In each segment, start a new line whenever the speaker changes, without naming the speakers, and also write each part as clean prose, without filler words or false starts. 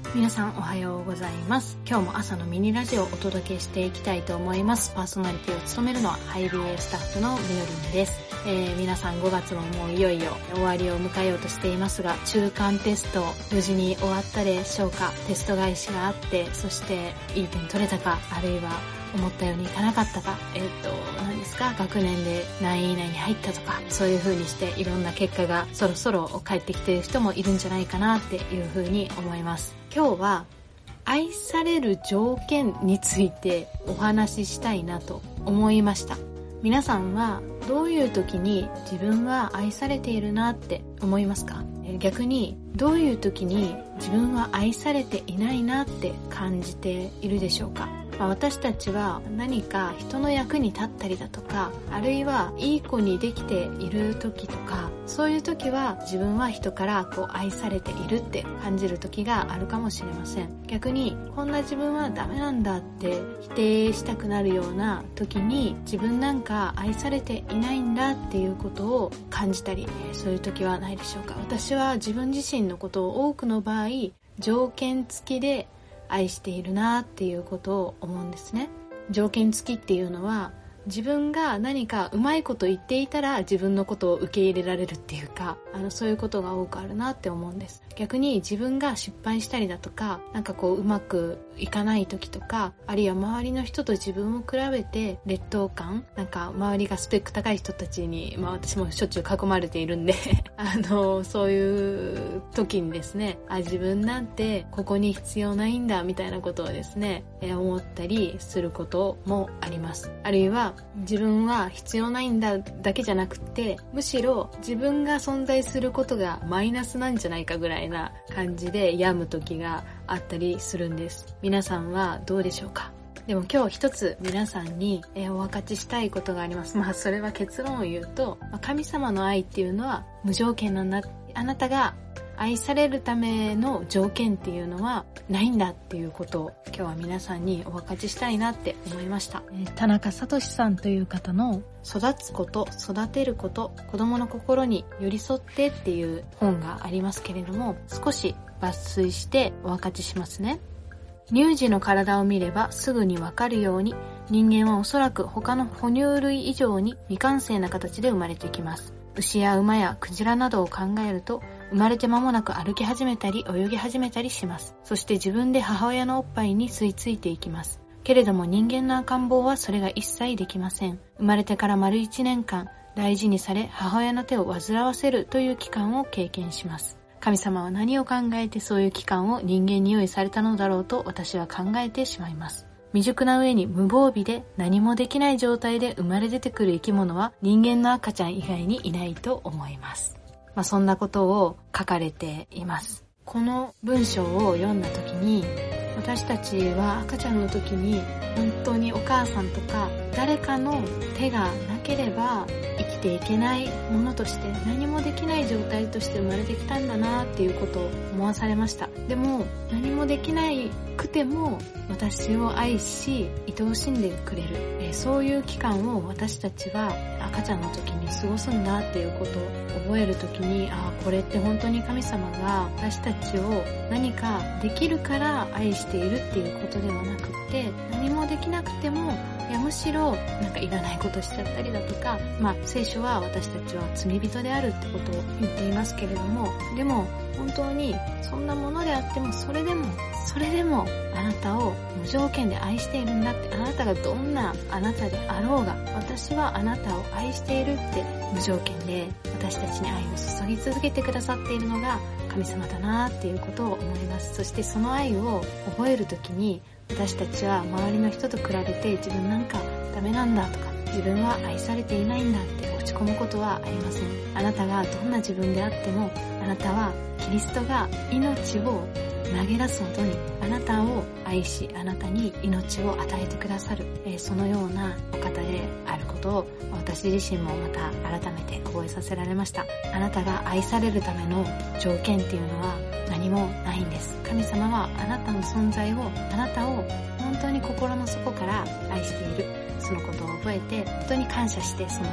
皆さんおはようございます。今日も朝のミニラジオをお届けしていきたいと思います。パーソナリティを務めるのはハイビエスタッフのみのりんです。皆さん5月ももういよいよ終わりを迎えようとしていますが、中間テスト無事に終わったでしょうか。テスト返しがあって、そしていい点取れたか、あるいは思ったようにいかなかったか、何ですか、学年で何位以内に入ったとか、そういう風にしていろんな結果がそろそろ返ってきている人もいるんじゃないかなっていう風に思います。今日は愛される条件についてお話ししたいなと思いました。皆さんはどういう時に自分は愛されているなって思いますか？逆にどういう時に自分は愛されていないなって感じているでしょうか？私たちは何か人の役に立ったりだとか、あるいはいい子にできている時とか、そういう時は自分は人から愛されているって感じる時があるかもしれません。逆にこんな自分はダメなんだって否定したくなるような時に、自分なんか愛されていないんだっていうことを感じたり、そういう時はないでしょうか？私は自分自身のことを多くの場合、条件付きで愛しているなっていうことを思うんですね。条件付きっていうのは、自分が何かうまいこと言っていたら自分のことを受け入れられるっていうか、そういうことが多くあるなって思うんです。逆に自分が失敗したりだとか、うまくいかない時とか、あるいは周りの人と自分を比べて劣等感、周りがスペック高い人たちに、私もしょっちゅう囲まれているんでそういう時にですね、自分なんてここに必要ないんだみたいなことをですね、思ったりすることもあります。あるいは自分は必要ないんだだけじゃなくて、むしろ自分が存在することがマイナスなんじゃないかぐらいな感じで病む時があったりするんです。皆さんはどうでしょうか？でも今日一つ皆さんにお分かちしたいことがあります。それは結論を言うと、神様の愛っていうのは無条件なんだ。あなたが愛されるための条件っていうのはないんだっていうことを今日は皆さんにお分かちしたいなって思いました。田中聡さんという方の育つこと、育てること、子供の心に寄り添ってっていう本がありますけれども、少し抜粋してお分かちしますね。乳児の体を見ればすぐにわかるように、人間はおそらく他の哺乳類以上に未完成な形で生まれてきます。牛や馬やクジラなどを考えると、生まれて間もなく歩き始めたり泳ぎ始めたりします。そして自分で母親のおっぱいに吸い付いていきます。けれども人間の赤ん坊はそれが一切できません。生まれてから丸1年間大事にされ、母親の手を煩わせるという期間を経験します。神様は何を考えてそういう期間を人間に用意されたのだろうと私は考えてしまいます。未熟な上に無防備で何もできない状態で生まれ出てくる生き物は人間の赤ちゃん以外にいないと思います。そんなことを書かれています。この文章を読んだ時に、私たちは赤ちゃんの時に本当にお母さんとか誰かの手がなければ生きていけないものとして、何もできない状態として生まれてきたんだなっていうことを思わされました。でも何もできなくても私を愛し愛おしんでくれる、そういう期間を私たちは赤ちゃんの時に過ごすんだっていうことを覚える時に、これって本当に神様が私たちを何かできるから愛しているっていうことではなくって、何もできなくてもむしろいらないことしちゃったりだとか、聖書は私たちは罪人であるってことを言っていますけれども、でも本当にそんなものであっても、それでもあなたを無条件で愛しているんだって、あなたがどんなあなたであろうが、私はあなたを愛しているって無条件で私たちに愛を注ぎ続けてくださっているのが神様だなっていうことを思います。そしてその愛を覚えるときに、私たちは周りの人と比べて自分なんかダメなんだとか、自分は愛されていないんだって落ち込むことはありません。あなたがどんな自分であっても、あなたはキリストが命を投げ出すほどにあなたを愛し、あなたに命を与えてくださる、そのようなお方であることを私自身もまた改めて覚えさせられました。あなたが愛されるための条件っていうのは何もないんです。神様はあなたの存在を、あなたを本当に心の底から愛している、そのことを覚えて本当に感謝してその愛を受け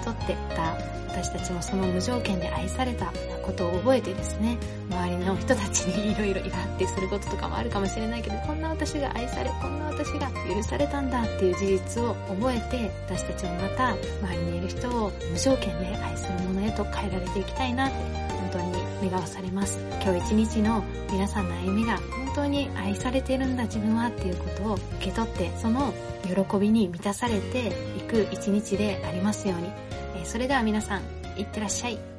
取ってた私たちもその無条件で愛されたことを覚えてですね、周りの人たちにいろいろイラってすることとかもあるかもしれないけど、こんな私が愛され、こんな私が許されたんだっていう事実を覚えて、私たちもまた周りにいる人を無条件で愛するものへと変えられていきたいなって本当に願わされます。今日一日の皆さんの歩みが本当に愛されているんだ自分はっていうことを受け取って、その喜びに満たされていく一日でありますように。それでは皆さん、いってらっしゃい。